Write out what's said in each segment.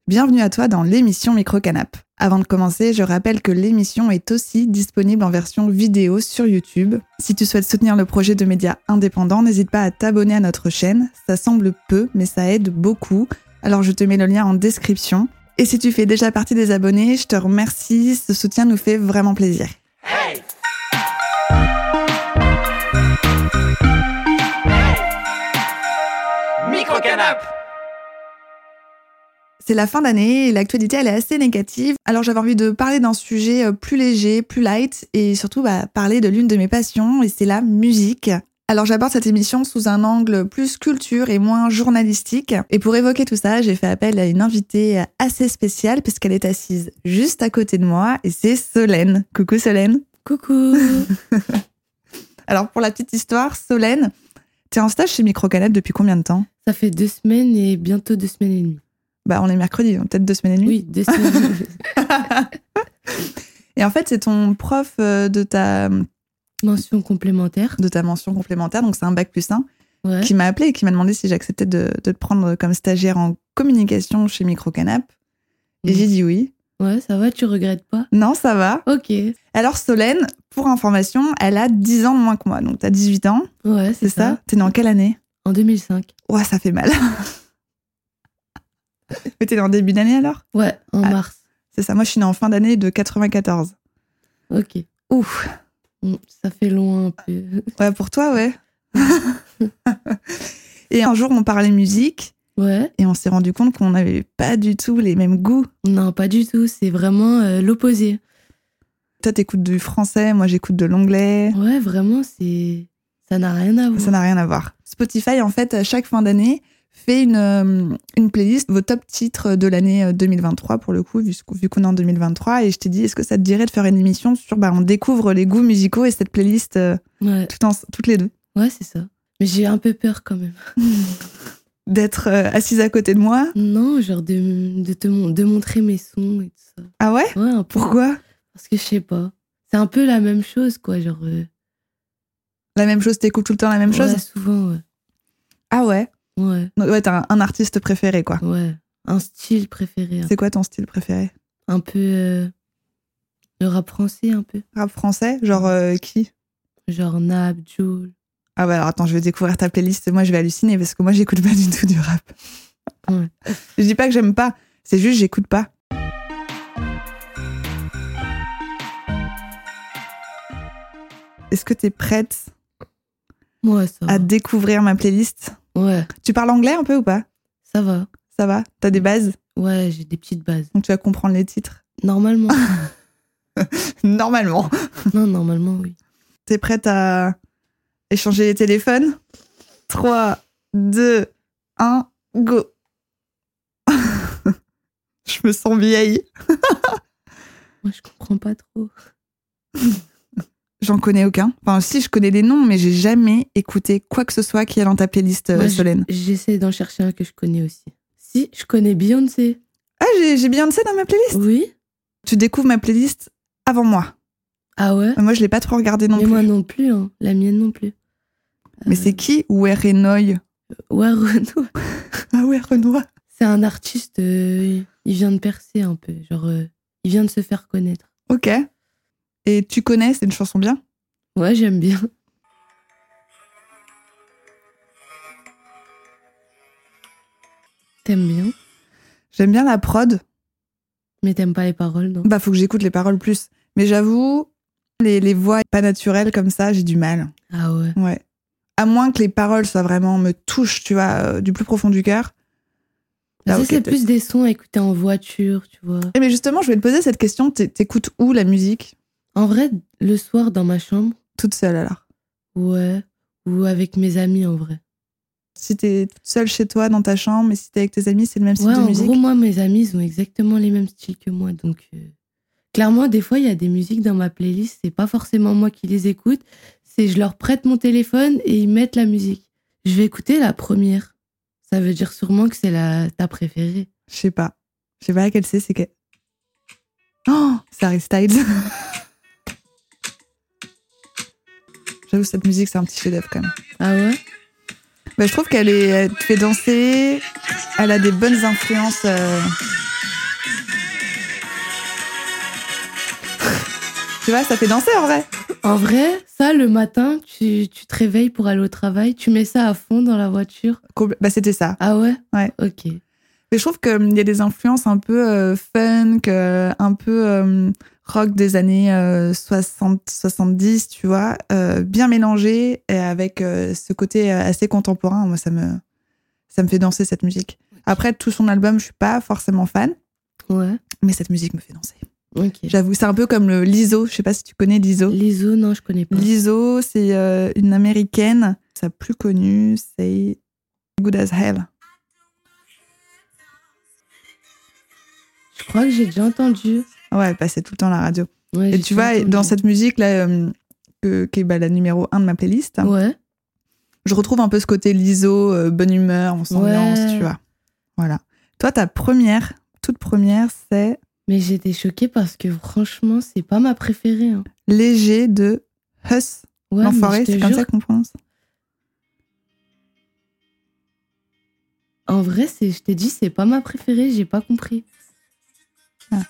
Bienvenue à toi dans l'émission Micro-Canap. Avant de commencer, je rappelle que l'émission est aussi disponible en version vidéo sur YouTube. Si tu souhaites soutenir le projet de médias indépendants, n'hésite pas à t'abonner à notre chaîne. Ça semble peu, mais ça aide beaucoup. Alors je te mets le lien en description. Et si tu fais déjà partie des abonnés, je te remercie. Ce soutien nous fait vraiment plaisir. Hey! Micro-Canap! C'est la fin d'année et l'actualité elle est assez négative. Alors j'avais envie de parler d'un sujet plus léger, plus light et surtout parler de l'une de mes passions et c'est la musique. Alors j'aborde cette émission sous un angle plus culture et moins journalistique. Et pour évoquer tout ça, j'ai fait appel à une invitée assez spéciale puisqu'elle est assise juste à côté de moi et c'est Solène. Coucou Solène. Coucou. Alors pour la petite histoire, Solène, t'es en stage chez Micro-Canap depuis combien de temps ? Ça fait 2 semaines et bientôt 2 semaines et demie. On est mercredi, peut-être 2 semaines et demie. Oui, 2 semaines et demie. Et en fait, c'est ton prof de ta mention complémentaire. De ta mention complémentaire, donc c'est un bac+1, ouais. Qui m'a appelé et qui m'a demandé si j'acceptais de te prendre comme stagiaire en communication chez Micro-Canap. Et j'ai dit oui. Ouais, ça va, tu regrettes pas ? Non, ça va. Ok. Alors Solène, pour information, elle a 10 ans de moins que moi, donc t'as 18 ans. Ouais, c'est ça. T'es née en quelle année ? En 2005. Ouais, ça fait mal. Mais t'es née en début d'année alors ? Ouais, en mars. C'est ça, moi je suis née en fin d'année de 94. Ok. Ouf. Ça fait loin un peu. Ouais, pour toi, ouais. Et un jour, on parlait musique. Ouais. Et on s'est rendu compte qu'on n'avait pas du tout les mêmes goûts. Non, pas du tout. C'est vraiment l'opposé. Toi, t'écoutes du français, moi j'écoute de l'anglais. Ouais, vraiment, ça n'a rien à voir. Ça n'a rien à voir. Spotify, en fait, à chaque fin d'année, fait une playlist, vos top titres de l'année 2023, pour le coup, vu qu'on est en 2023. Et je t'ai dit, est-ce que ça te dirait de faire une émission sur on découvre les goûts musicaux et cette playlist toutes les deux. Ouais, c'est ça. Mais j'ai un peu peur quand même. D'être assise à côté de moi ? Non, genre de montrer mes sons et tout ça. Ah ouais ? Ouais, un peu. Pourquoi ? Parce que je sais pas. C'est un peu la même chose, quoi. Genre. La même chose, t'écoutes tout le temps la même chose ? Ouais, souvent, ouais. Ah ouais ? Ouais. Ouais, t'as un artiste préféré, quoi. Ouais. Un style préféré. C'est quoi ton style préféré ? Un peu. Le rap français, un peu. Rap français ? Genre qui ? Genre Nab, Jul. Ah ouais, alors attends, je vais découvrir ta playlist. Moi, je vais halluciner parce que moi, j'écoute pas du tout du rap. Ouais. Je dis pas que j'aime pas, c'est juste j'écoute pas. Est-ce que t'es prête à découvrir ma playlist ? Ouais. Tu parles anglais un peu ou pas ? Ça va. Ça va ? T'as des bases ? Ouais, j'ai des petites bases. Donc tu vas comprendre les titres ? Normalement. Normalement. Non, normalement, oui. T'es prête à échanger les téléphones ? 3, 2, 1, go. Je me sens vieille. Moi, je comprends pas trop. J'en connais aucun. Enfin, si, je connais des noms, mais j'ai jamais écouté quoi que ce soit qui est dans ta playlist, Solène. J'essaie d'en chercher un que je connais aussi. Si, je connais Beyoncé. Ah, j'ai Beyoncé dans ma playlist ? Oui. Tu découvres ma playlist avant moi. Ah ouais ? Moi, je l'ai pas trop regardée non plus. Mais moi non plus, hein. La mienne non plus. Mais c'est qui Werenoy ? Ouais, Renoir. Ah ouais, Renoir. C'est un artiste, il vient de percer un peu. Genre, il vient de se faire connaître. Ok. Et tu connais, c'est une chanson bien ? Ouais, j'aime bien. T'aimes bien ? J'aime bien la prod. Mais t'aimes pas les paroles, non ? Faut que j'écoute les paroles plus. Mais j'avoue, les voix pas naturelles comme ça, j'ai du mal. Ah ouais ? Ouais. À moins que les paroles soient vraiment me touchent, tu vois, du plus profond du cœur. Ça, c'est plus des sons à écouter en voiture, tu vois. Mais justement, je vais te poser cette question. T'écoutes où la musique ? En vrai, le soir dans ma chambre. Toute seule alors ? Ouais. Ou avec mes amis, en vrai. Si t'es toute seule chez toi, dans ta chambre, et si t'es avec tes amis, c'est le même style de musique ? En gros, moi, mes amis, ils ont exactement les mêmes styles que moi. Donc, clairement, des fois, il y a des musiques dans ma playlist. C'est pas forcément moi qui les écoute. C'est je leur prête mon téléphone et ils mettent la musique. Je vais écouter la première. Ça veut dire sûrement que c'est ta préférée. Je sais pas laquelle c'est que... Oh, c'est Harry Styles. J'avoue, cette musique, c'est un petit chef-d'œuvre quand même. Ah ouais ? Je trouve elle te fait danser. Elle a des bonnes influences vois, ça fait danser en vrai. En vrai, ça, le matin, tu te réveilles pour aller au travail, tu mets ça à fond dans la voiture. Bah, c'était ça. Ah ouais? Ouais. Ok. Mais je trouve qu'il y a des influences un peu funk, un peu rock des années 60-70, tu vois, bien mélangé et avec ce côté assez contemporain. Moi, ça me fait danser cette musique. Après, tout son album, je suis pas forcément fan. Ouais. Mais cette musique me fait danser. Ok. J'avoue, c'est un peu comme le Lizzo. Je sais pas si tu connais Lizzo. Lizzo, non, je connais pas. Lizzo, c'est une américaine. Sa plus connue, c'est Good as Hell. Je crois que j'ai déjà entendu. Ouais, elle passait tout le temps à la radio. Ouais, et tu vois, dans cette musique-là, qui est la numéro 1 de ma playlist, ouais. Je retrouve un peu ce côté Lizzo, bonne humeur, on s'ambiance, tu vois. Voilà. Toi, toute première, c'est... Mais j'étais choquée parce que franchement, c'est pas ma préférée. Hein. Léger de Huss. Ouais, l'enfoiré, c'est comme ça qu'on prononce. En vrai, je t'ai dit, c'est pas ma préférée, j'ai pas compris. Ah.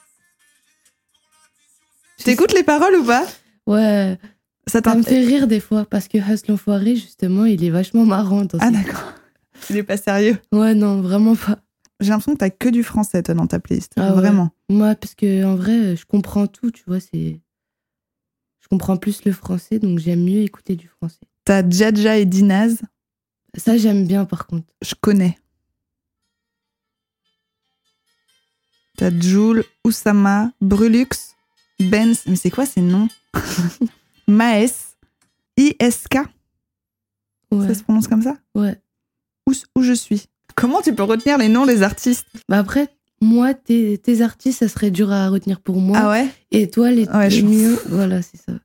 Tu t'écoutes les paroles ou pas? Ouais. Ça me fait rire des fois parce que Huss l'enfoiré, justement, il est vachement marrant. Ah d'accord. Il est pas sérieux. Ouais, non, vraiment pas. J'ai l'impression que t'as que du français, toi, dans ta playlist. Ah, vraiment. Ouais. Moi, parce que en vrai, je comprends tout, tu vois, je comprends plus le français, donc j'aime mieux écouter du français. T'as Djadja et Dinaz. Ça, j'aime bien, par contre. Je connais. T'as Jul, Oussama, Brulux, Benz. Mais c'est quoi ces noms? Maes, ISK. Ouais. Ça se prononce comme ça? Ouais. Où je suis. Comment tu peux retenir les noms des artistes? Bah après, moi, tes artistes, ça serait dur à retenir pour moi. Ah ouais? Et toi, les miens, voilà, c'est ça.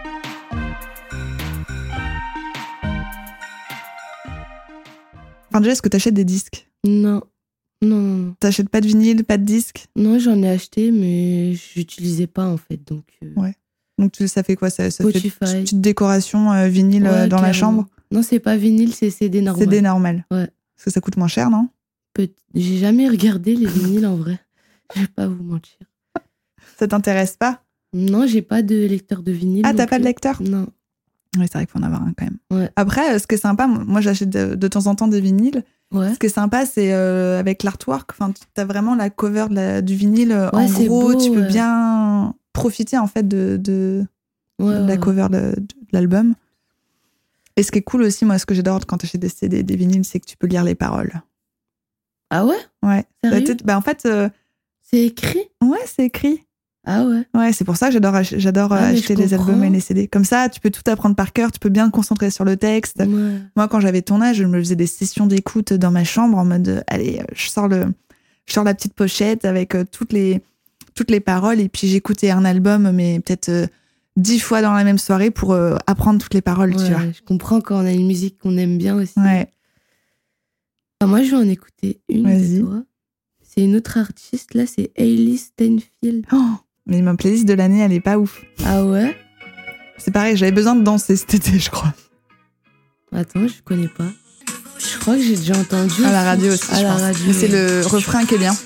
Enfin, déjà, est-ce que t'achètes des disques? Non. Non. T'achètes pas de vinyle, pas de disques? Non, j'en ai acheté, mais j'utilisais pas, en fait, donc... Ouais. Donc, ça fait quoi? Ça fait Spotify. Une petite décoration vinyle dans la chambre? Non, c'est pas vinyle, c'est CD normal. CD normal. Ouais. Parce que ça coûte moins cher, non? J'ai jamais regardé les vinyles, en vrai. Je vais pas vous mentir. Ça t'intéresse pas? Non, j'ai pas de lecteur de vinyle. Ah, t'as pas de lecteur? Non. Oui, c'est vrai qu'il faut en avoir un quand même. Ouais. Après, ce qui est sympa, moi j'achète de temps en temps des vinyles. Ouais. Ce qui est sympa, c'est avec l'artwork. Enfin, t'as vraiment la cover du vinyle. En gros, tu peux bien profiter en fait de la cover de l'album. Et ce qui est cool aussi, moi, ce que j'adore quand t'achètes des CD, des vinyles, c'est que tu peux lire les paroles. Ah ouais? Ouais. Sérieux? En fait. C'est écrit? Ouais, c'est écrit. Ah ouais? Ouais, c'est pour ça que j'adore acheter les albums et les CD. Comme ça, tu peux tout apprendre par cœur, tu peux bien te concentrer sur le texte. Ouais. Moi, quand j'avais ton âge, je me faisais des sessions d'écoute dans ma chambre en mode, allez, je sors la petite pochette avec toutes les paroles et puis j'écoutais un album, mais peut-être 10 fois dans la même soirée pour apprendre toutes les paroles, tu vois. Je comprends quand on a une musique qu'on aime bien aussi. Ouais. Enfin, moi, je vais en écouter une de toi. C'est une autre artiste, là, c'est Hailey Steinfeld. Oh, mais ma playlist de l'année, elle est pas ouf. Ah ouais? C'est pareil, j'avais besoin de danser cet été, je crois. Attends, je connais pas. Je crois que j'ai déjà entendu. À la radio aussi, je pense. Radio, mais c'est le refrain qui est bien.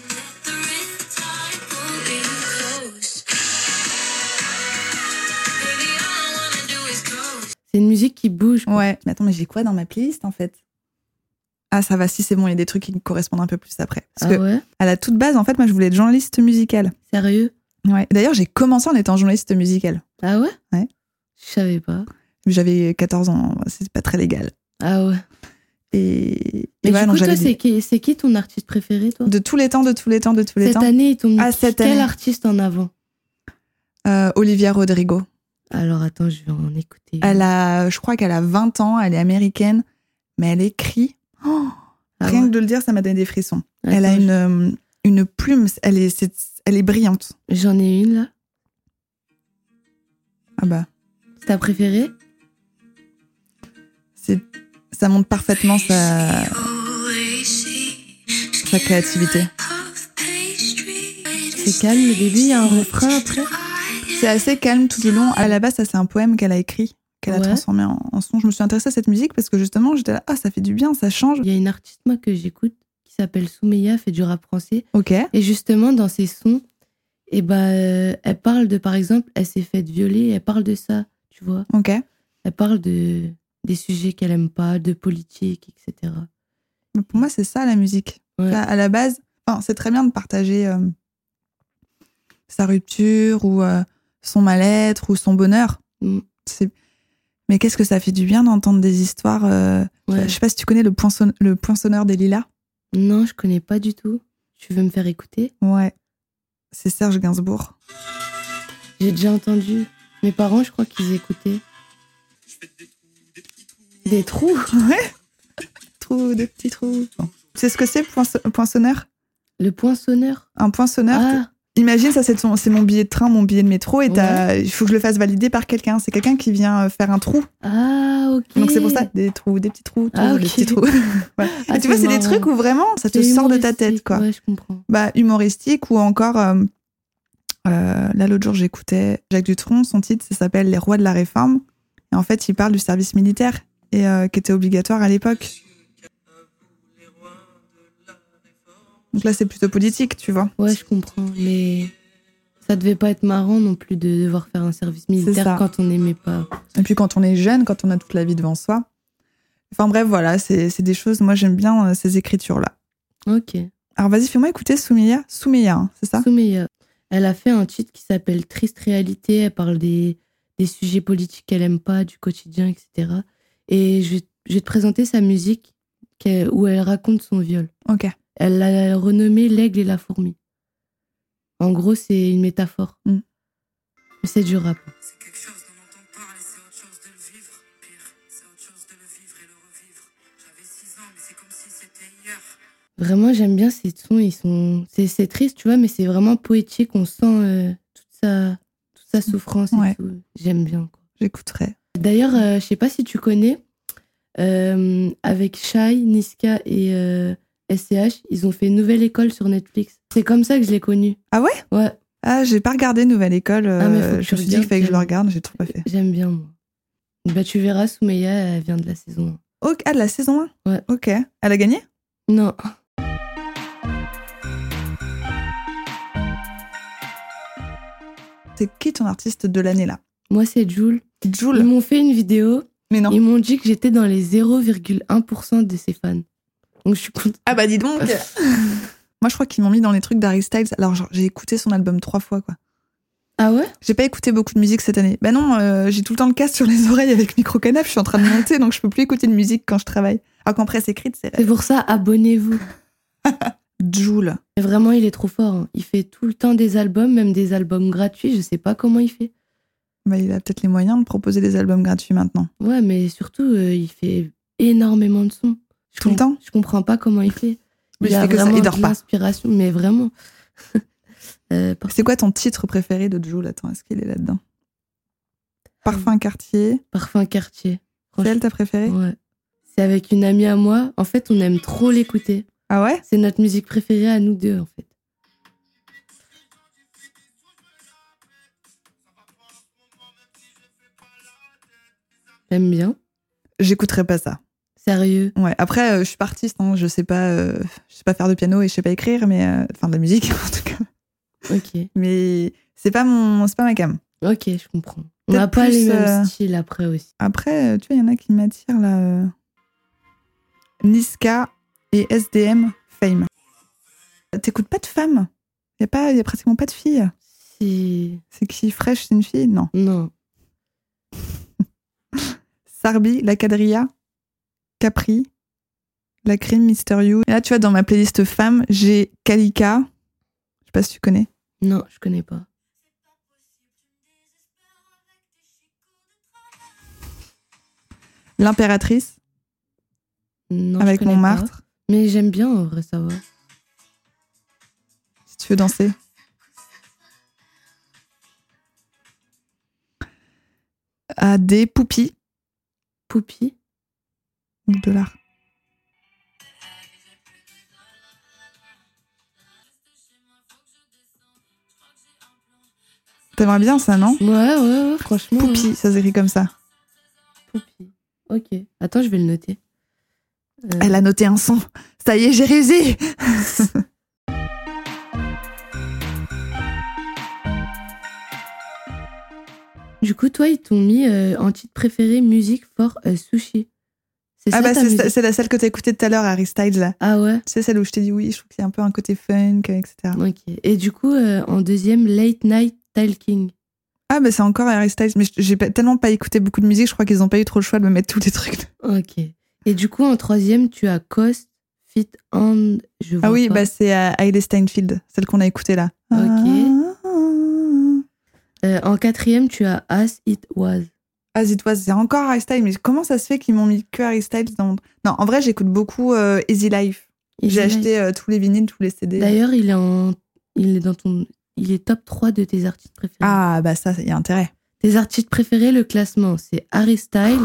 C'est une musique qui bouge. Quoi. Ouais. Mais attends, mais j'ai quoi dans ma playlist, en fait? Ah, ça va, si c'est bon, il y a des trucs qui me correspondent un peu plus après. Parce que, à la toute base, en fait, moi, je voulais être journaliste musicale. Sérieux? Ouais. D'ailleurs, j'ai commencé en étant journaliste musicale. Ah ouais? Ouais. Je savais pas. J'avais 14 ans, c'est pas très légal. Ah ouais. Et du coup, toi, c'est qui ton artiste préféré, toi? De tous les temps. Cette année, ils t'ont mis quel artiste en avant? Olivia Rodrigo. Alors, attends, je vais en écouter. Je crois qu'elle a 20 ans, elle est américaine, mais elle écrit... Oh, rien que de le dire, ça m'a donné des frissons. Attends, elle a une plume, elle est brillante. J'en ai une, là. Ah bah. C'est ta préférée? Ça montre parfaitement sa créativité. C'est calme, le début, il y a un refrain après. C'est assez calme tout du long. À la base, ça, c'est un poème qu'elle a écrit, qu'elle a transformé en son. Je me suis intéressée à cette musique parce que justement, j'étais là, ça fait du bien, ça change. Il y a une artiste, moi, que j'écoute, qui s'appelle Soumeya, fait du rap français. Ok. Et justement, dans ses sons, Et elle parle de, par exemple, elle s'est faite violer, elle parle de ça, tu vois. Ok. Elle parle des sujets qu'elle aime pas, de politique, etc. Mais pour moi, c'est ça la musique. Ouais. À la base, c'est très bien de partager sa rupture ou son mal-être ou son bonheur. Mais qu'est-ce que ça fait du bien d'entendre des histoires. Je sais pas si tu connais le poinçonneur des lilas. Non, je connais pas du tout. Tu veux me faire écouter? Ouais. C'est Serge Gainsbourg. J'ai déjà entendu. Mes parents, je crois qu'ils écoutaient. Des trous? Ouais. Des petits trous. Bon. Tu sais ce que c'est, poinçonneur? Le poinçonneur? Un poinçonneur. Ah. Imagine, ça, c'est mon billet de train, mon billet de métro, et il faut que je le fasse valider par quelqu'un. C'est quelqu'un qui vient faire un trou. Ah, ok. Donc c'est pour ça, des petits trous, okay. des petits trous. Voilà. Et tu vois, c'est des trucs où vraiment, ça te sort de ta tête, quoi. Ouais, je comprends. Humoristique, ou encore, là, l'autre jour, j'écoutais Jacques Dutronc, son titre, ça s'appelle Les Rois de la Réforme. Et en fait, il parle du service militaire, et qui était obligatoire à l'époque. Donc là, c'est plutôt politique, tu vois. Ouais, je comprends, mais ça devait pas être marrant non plus de devoir faire un service militaire quand on n'aimait pas. Et puis quand on est jeune, quand on a toute la vie devant soi. Enfin bref, voilà, c'est des choses, moi j'aime bien ces écritures-là. Ok. Alors vas-y, fais-moi écouter Soumeya, hein, c'est ça? Soumeya. Elle a fait un titre qui s'appelle Triste Réalité, elle parle des sujets politiques qu'elle aime pas, du quotidien, etc. Et je vais te présenter sa musique où elle raconte son viol. Ok. Elle l'a renommé L'aigle et la fourmi. En gros, c'est une métaphore. Mais c'est du rap. C'est quelque chose d'en entendre parler, c'est autre chose de le vivre. Pire, c'est autre chose de le vivre et le revivre. J'avais 6 ans, mais c'est comme si c'était hier. Vraiment, j'aime bien ces sons. C'est triste, tu vois, mais c'est vraiment poétique. On sent toute sa souffrance et tout. J'aime bien, quoi. J'écouterai. D'ailleurs, je sais pas si tu connais, avec Shai, Niska et SCH, ils ont fait une nouvelle école sur Netflix. C'est comme ça que je l'ai connue. Ah ouais? Ouais. Ah, j'ai pas regardé Nouvelle École. Je me suis dit qu'il fallait que je le regarde, j'ai trop pas fait. J'aime bien, moi. Tu verras, Soumeya, elle vient de la saison 1. Ah, de la saison 1? Ouais. Ok. Elle a gagné? Non. C'est qui ton artiste de l'année, là? Moi, c'est Jul. Jul? Ils m'ont fait une vidéo. Mais non. Ils m'ont dit que j'étais dans les 0,1% de ses fans. Donc, je suis contente. Ah bah dis donc. Moi, je crois qu'ils m'ont mis dans les trucs d'Harry Styles. Alors, j'ai écouté son album 3 fois, quoi. Ah ouais? J'ai pas écouté beaucoup de musique cette année. Bah non, j'ai tout le temps le casque sur les oreilles avec micro-canap. Je suis en train de monter, donc je peux plus écouter de musique quand je travaille. Alors qu'en presse écrite, c'est... C'est pour ça, abonnez-vous. Jul. Et vraiment, il est trop fort. Hein. Il fait tout le temps des albums, même des albums gratuits. Je sais pas comment il fait. Bah, il a peut-être les moyens de proposer des albums gratuits maintenant. Ouais, mais surtout, il fait énormément de sons. Tout le temps? Je comprends pas comment il fait. Il a vraiment il dort pas. L'inspiration, mais vraiment. C'est quoi ton titre préféré de Jul? Attends, est-ce qu'il est là-dedans? Parfum Quartier. Parfum Quartier. C'est elle ta préférée? Ouais. C'est avec une amie à moi. En fait, on aime trop l'écouter. Ah ouais? C'est notre musique préférée à nous deux, en fait. T'aimes bien? J'écouterai pas ça. Sérieux? Ouais. Après, je suis pas artiste, hein. Je sais pas faire de piano et je sais pas écrire, mais enfin de la musique en tout cas. Ok. Mais c'est pas ma cam. Ok, je comprends. On n'a pas les mêmes styles après aussi. Après, tu vois, il y en a qui m'attirent là. Niska et SDM Fame. T'écoutes pas de femmes? Y a pratiquement pas de filles. Si. C'est qui? Fresh, c'est une fille? Non. Non. Sarbi, La Quadrilla, Capri, La Crime, Mister You. Et là, tu vois, dans ma playlist femmes, j'ai Kalika. Je sais pas si tu connais. Non, je connais pas. L'Impératrice. Non, avec je connais Montmartre. Pas. Mais j'aime bien, en vrai, ça va. Si tu veux danser. À des Poupies. Poupies? $. T'aimerais bien ça, non? Ouais, franchement. Poupies, ça s'écrit comme ça. Poupies. Ok. Attends, je vais le noter. Elle a noté un son. Ça y est, j'ai réussi. Du coup, toi, ils t'ont mis en titre préféré musique for sushi. C'est Ah ça bah ta musique? c'est celle que t'as écoutée tout à l'heure, Harry Styles, là. Ah ouais? C'est celle où je t'ai dit oui, je trouve qu'il y a un peu un côté funk, etc. Ok. Et du coup, en deuxième, Late Night Talking. Ah bah c'est encore Harry Styles, mais tellement pas écouté beaucoup de musique, je crois qu'ils ont pas eu trop le choix de me mettre tous les trucs. Ok. Et du coup, en troisième, tu as Cost, Fit and... Je vois Ah oui, pas. bah c'est Hailey Steinfeld, celle qu'on a écoutée là. Ok. En quatrième, tu as As It Was. As It Was, c'est encore Harry Styles, mais comment ça se fait qu'ils m'ont mis que Harry Styles dans... Non, en vrai, j'écoute beaucoup Easy Life. Easy J'ai Life. acheté tous les vinyles, tous les CD. D'ailleurs, il est dans ton... Il est top 3 de tes artistes préférés. Ah bah ça, il y a intérêt. Tes artistes préférés, le classement, c'est Harry Styles,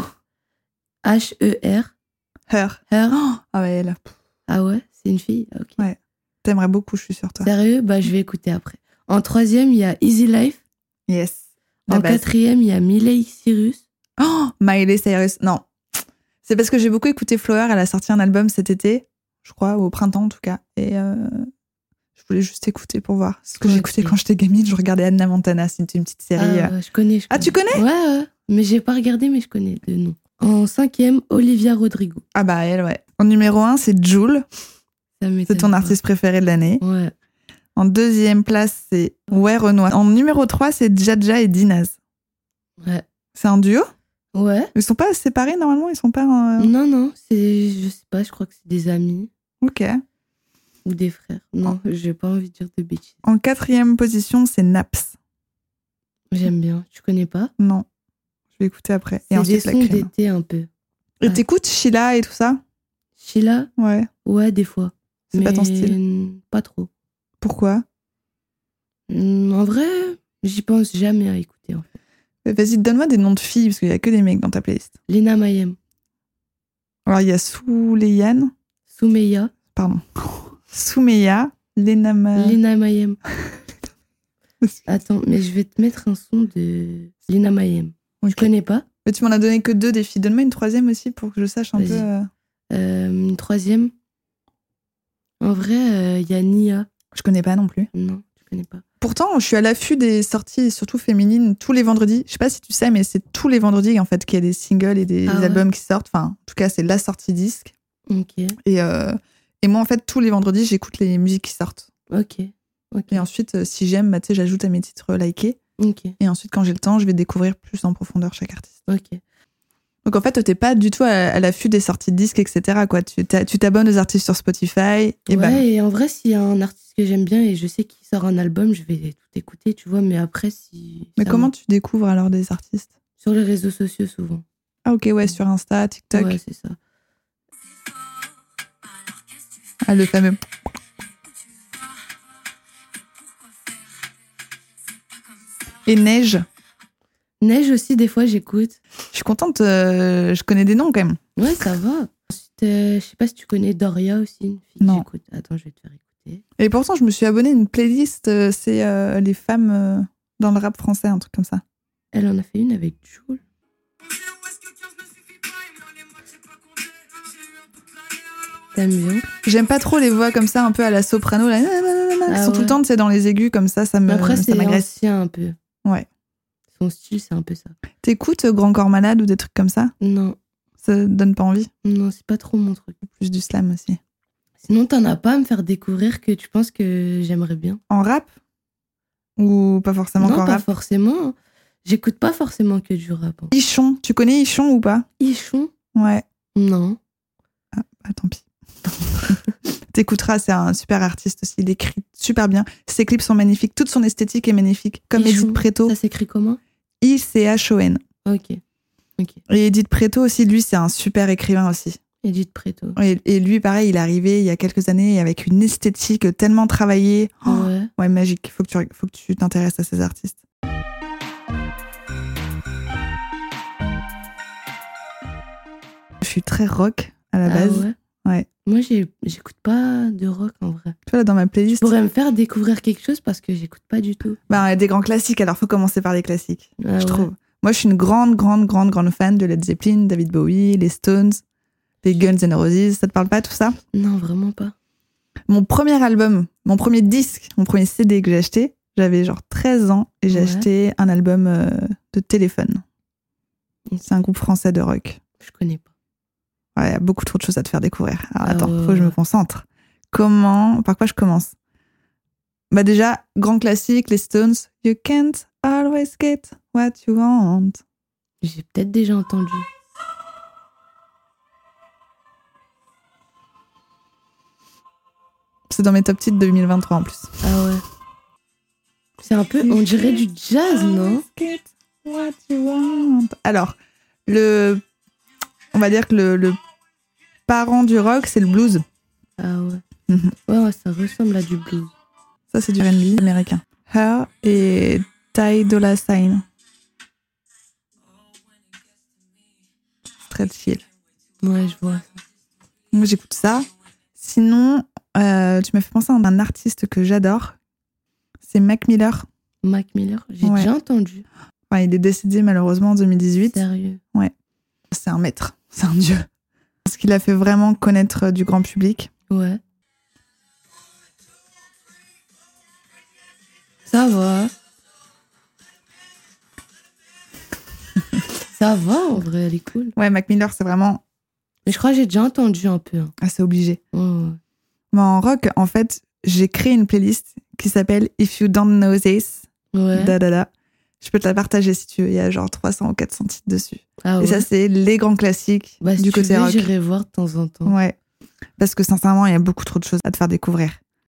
H-E-R, Her. Her. Ah ouais, elle. Ah ouais, c'est une fille? Ok. Ouais. T'aimerais beaucoup, je suis sûre, toi. Sérieux? Bah, je vais écouter après. En troisième, il y a Easy Life. Yes. La En base. quatrième, il y a Miley Cyrus. Oh, Miley Cyrus. Non. C'est parce que j'ai beaucoup écouté Flower. Elle a sorti un album cet été, je crois, ou au printemps en tout cas. Et je voulais juste écouter pour voir. Ce que Ok. j'écoutais quand j'étais gamine, je regardais Hannah Montana. C'était une petite série. Ah, je connais. Ah, tu connais? Ouais. Mais j'ai pas regardé, mais je connais le nom. En cinquième, Olivia Rodrigo. Ah bah elle, ouais. En numéro 1, c'est Jul. Ça m'étonne C'est ton pas. artiste préféré de l'année. Ouais. En deuxième place, c'est Ouais Renoir. En numéro 3, c'est Jaja et Dinaz. Ouais. C'est un duo? Ouais. Ils sont pas séparés normalement? Ils sont pas... Non, je sais pas, je crois que c'est des amis Ok. ou des frères. Non, j'ai pas envie de dire de bêtises. En quatrième position, c'est Naps. J'aime bien. Tu connais pas? Non. Je vais écouter après. Et C'est des ensuite, la sons crème. d'été un peu. Et Ouais. t'écoutes Sheila et tout ça? Sheila? Ouais. Ouais, des fois. C'est pas ton style. Pas trop. Pourquoi? En vrai, j'y pense jamais à écouter, en fait. Vas-y, donne-moi des noms de filles, parce qu'il y a que des mecs dans ta playlist. Lena Mayem, Alors, il y a Souleyan, Soumeya, pardon. Soumeya, Lena Mayem. Attends, mais je vais te mettre un son de Lena Mayem. Ok. Tu connais pas? Mais tu m'en as donné que 2 des filles. Donne-moi une troisième aussi pour que je sache un Vas-y. peu. Une troisième. En vrai, il y a Nia. Je connais pas non plus. Non, tu connais pas. Pourtant, je suis à l'affût des sorties, surtout féminines, tous les vendredis. Je sais pas si tu sais, mais c'est tous les vendredis en fait qu'il y a des singles et des Ah ouais. albums qui sortent. Enfin, en tout cas, c'est la sortie disque. Ok, Et moi, en fait, tous les vendredis, j'écoute les musiques qui sortent. ok. Et ensuite, si j'aime, bah, tu sais, j'ajoute à mes titres likés. Ok, Et ensuite, quand j'ai le temps, je vais découvrir plus en profondeur chaque artiste. ok. Donc en fait, t'es pas du tout à l'affût des sorties de disques, etc. Quoi. Tu t'abonnes aux artistes sur Spotify. Et Ouais, et en vrai, s'il y a un artiste que j'aime bien et je sais qu'il sort un album, je vais tout écouter, tu vois. Mais après, si. Mais ça comment tu découvres alors des artistes? Sur les réseaux sociaux, souvent. Ah ok, ouais, sur Insta, TikTok. Ouais, c'est ça. Ah, le fameux. Et Neige. Neige aussi, des fois, j'écoute. Je suis contente, je connais des noms quand même. Ouais, ça va. Ensuite, je sais pas si tu connais Doria aussi, une fille que Non. j'écoute. Attends, je vais te faire écouter. Et pourtant, je me suis abonnée à une playlist, c'est les femmes dans le rap français, un truc comme ça. Elle en a fait une avec Jul. T'aimes bien? J'aime pas trop les voix comme ça, un peu à la soprano, là, nanana, qui Ah sont tout le ouais. temps, tu sais, dans les aigus, comme ça Après, ça c'est m'agresse. ancien un peu. Ouais. Son style, c'est un peu ça. T'écoutes Grand Corps Malade ou des trucs comme ça? Non, Ça te donne pas envie? non, c'est pas trop mon truc. Plus du slam aussi. Sinon, t'en as pas à me faire découvrir que tu penses que j'aimerais bien? En rap? Ou pas forcément Non, qu'en pas rap? forcément. J'écoute pas forcément que du rap. Hein. Ichon, tu connais Ichon ou pas? Ichon? Ouais. Non. Ah, tant pis. T'écouteras, c'est un super artiste aussi. Il écrit super bien. Ses clips sont magnifiques. Toute son esthétique est magnifique. Comme Ichon, Edith Preto. Ça s'écrit comment? I-C-H-O-N. Ok. Et Edith Preto aussi, lui, c'est un super écrivain aussi. Edith Preto. Et lui, pareil, il est arrivé il y a quelques années avec une esthétique tellement travaillée. Oh, Ouais. ouais, magique. Faut que tu t'intéresses à ces artistes. Je suis très rock à la base. Ah ouais? Ouais. Moi, j'écoute pas de rock en vrai. Tu vois, là, dans ma Tu playlist, pourrais me faire découvrir quelque chose parce que j'écoute pas du tout. bah, il y a des grands classiques, alors faut commencer par les classiques, Ah je ouais. trouve. Moi, je suis une grande fan de Led Zeppelin, David Bowie, les Stones, les Guns N' Roses. Ça te parle pas tout ça? Non, vraiment pas. Mon premier album, mon premier disque, mon premier CD que j'ai acheté, j'avais genre 13 ans et j'ai Ouais. acheté un album de téléphone. C'est un groupe français de rock. Je connais pas. Ouais, il y a beaucoup trop de choses à te faire découvrir. Alors attends, ouais. faut que je me concentre. Par quoi je commence? Bah déjà, grand classique, les Stones. You can't always get what you want. J'ai peut-être déjà entendu. C'est dans mes top titres de 2023 en plus. Ah ouais. C'est un peu, on dirait du jazz, non? Get what you want. Alors, on va dire que le parent du rock, c'est le blues. Ah ouais. Mhm. Ça ressemble à du blues. Ça, c'est du R&B américain. Her et Ty Dolla $ign. Très chill. Ouais, je vois ça. Moi, j'écoute ça. Sinon, tu m'as fait penser à un artiste que j'adore. C'est Mac Miller. Mac Miller, j'ai Ouais. déjà entendu. Enfin, il est décédé malheureusement en 2018. Sérieux. C'est un maître, c'est un dieu. Parce qu'il a fait vraiment connaître du grand public. Ouais. Ça va. Ça va, en vrai, elle est cool. Ouais, Mac Miller, c'est vraiment Mais je crois que j'ai déjà entendu un peu. Hein. assez obligé. Ouais. Mais en rock, en fait, j'ai créé une playlist qui s'appelle If You Don't Know This. Ouais. Da, da, da. Je peux te la partager si tu veux. Il y a genre 300 ou 400 titres dessus. Ah ouais. Et ça, c'est les grands classiques Bah, si du tu côté veux, rock. j'irai voir de temps en temps. Ouais. Parce que sincèrement, il y a beaucoup trop de choses à te faire découvrir.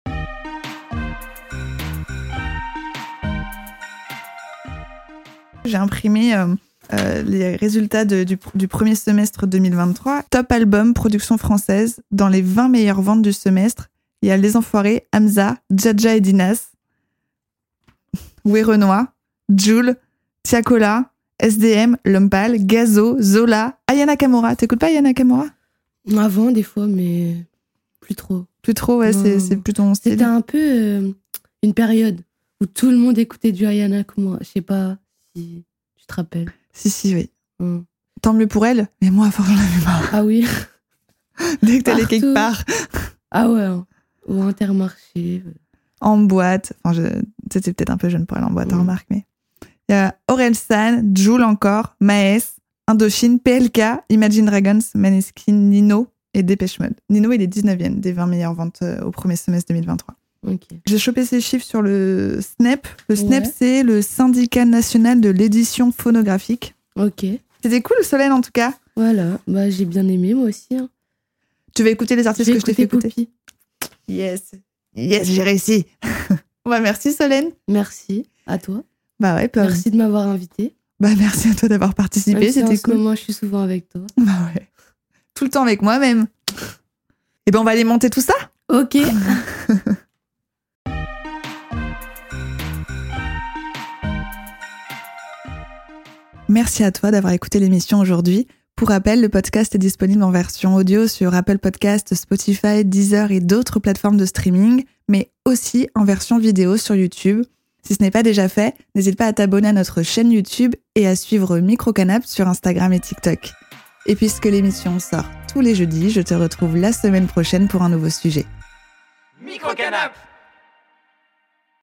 J'ai imprimé les résultats du premier semestre 2023. Top album, production française. Dans les 20 meilleures ventes du semestre, il y a Les Enfoirés, Hamza, Djadja et Dinas, Oué Renoir, Jul, Tiakola, SDM, L'Homme Pâle, Gazo, Zola, Aya Nakamura. T'écoutes pas Aya Nakamura? Avant, des fois, mais plus trop. Plus trop, ouais, Non. c'est plus ton style. C'était un peu une période où tout le monde écoutait du Aya Nakamura. Je sais pas si tu te rappelles. Si, oui. Hum. Tant mieux pour elle, mais moi, à force, j'en avais marre. Ah oui. Dès que t'allais Partout. quelque part, Ah ouais. Hein. Au Intermarché. en boîte, c'était peut-être un peu jeune pour aller en boîte, Mm. remarque, mais il y a Orelsan, Jul encore, Maes, Indochine, PLK, Imagine Dragons, Maneskin, Nino et Dépêche Mode. Nino, il est 19e des 20 meilleures ventes au premier semestre 2023. Ok. J'ai chopé ces chiffres sur le SNEP. Le SNEP, Ouais. c'est le Syndicat national de l'édition phonographique. Ok. C'était cool, Solène, en tout cas. Voilà. Bah, j'ai bien aimé, moi aussi. Hein. Tu vas écouter les artistes J'ai que je t'ai fait écouter. Poupie. Yes, j'ai réussi. Bah, merci, Solène. Merci. À toi. Bah ouais, Merci de m'avoir invité. Bah, merci à toi d'avoir participé, Même si en c'était ce cool. moment, je suis souvent avec toi. Bah ouais. Tout le temps avec moi-même. Et ben on va aller monter tout ça. Ok. Merci à toi d'avoir écouté l'émission aujourd'hui. Pour rappel, le podcast est disponible en version audio sur Apple Podcasts, Spotify, Deezer et d'autres plateformes de streaming, mais aussi en version vidéo sur YouTube. Si ce n'est pas déjà fait, n'hésite pas à t'abonner à notre chaîne YouTube et à suivre Microcanap sur Instagram et TikTok. Et puisque l'émission sort tous les jeudis, je te retrouve la semaine prochaine pour un nouveau sujet. Microcanap!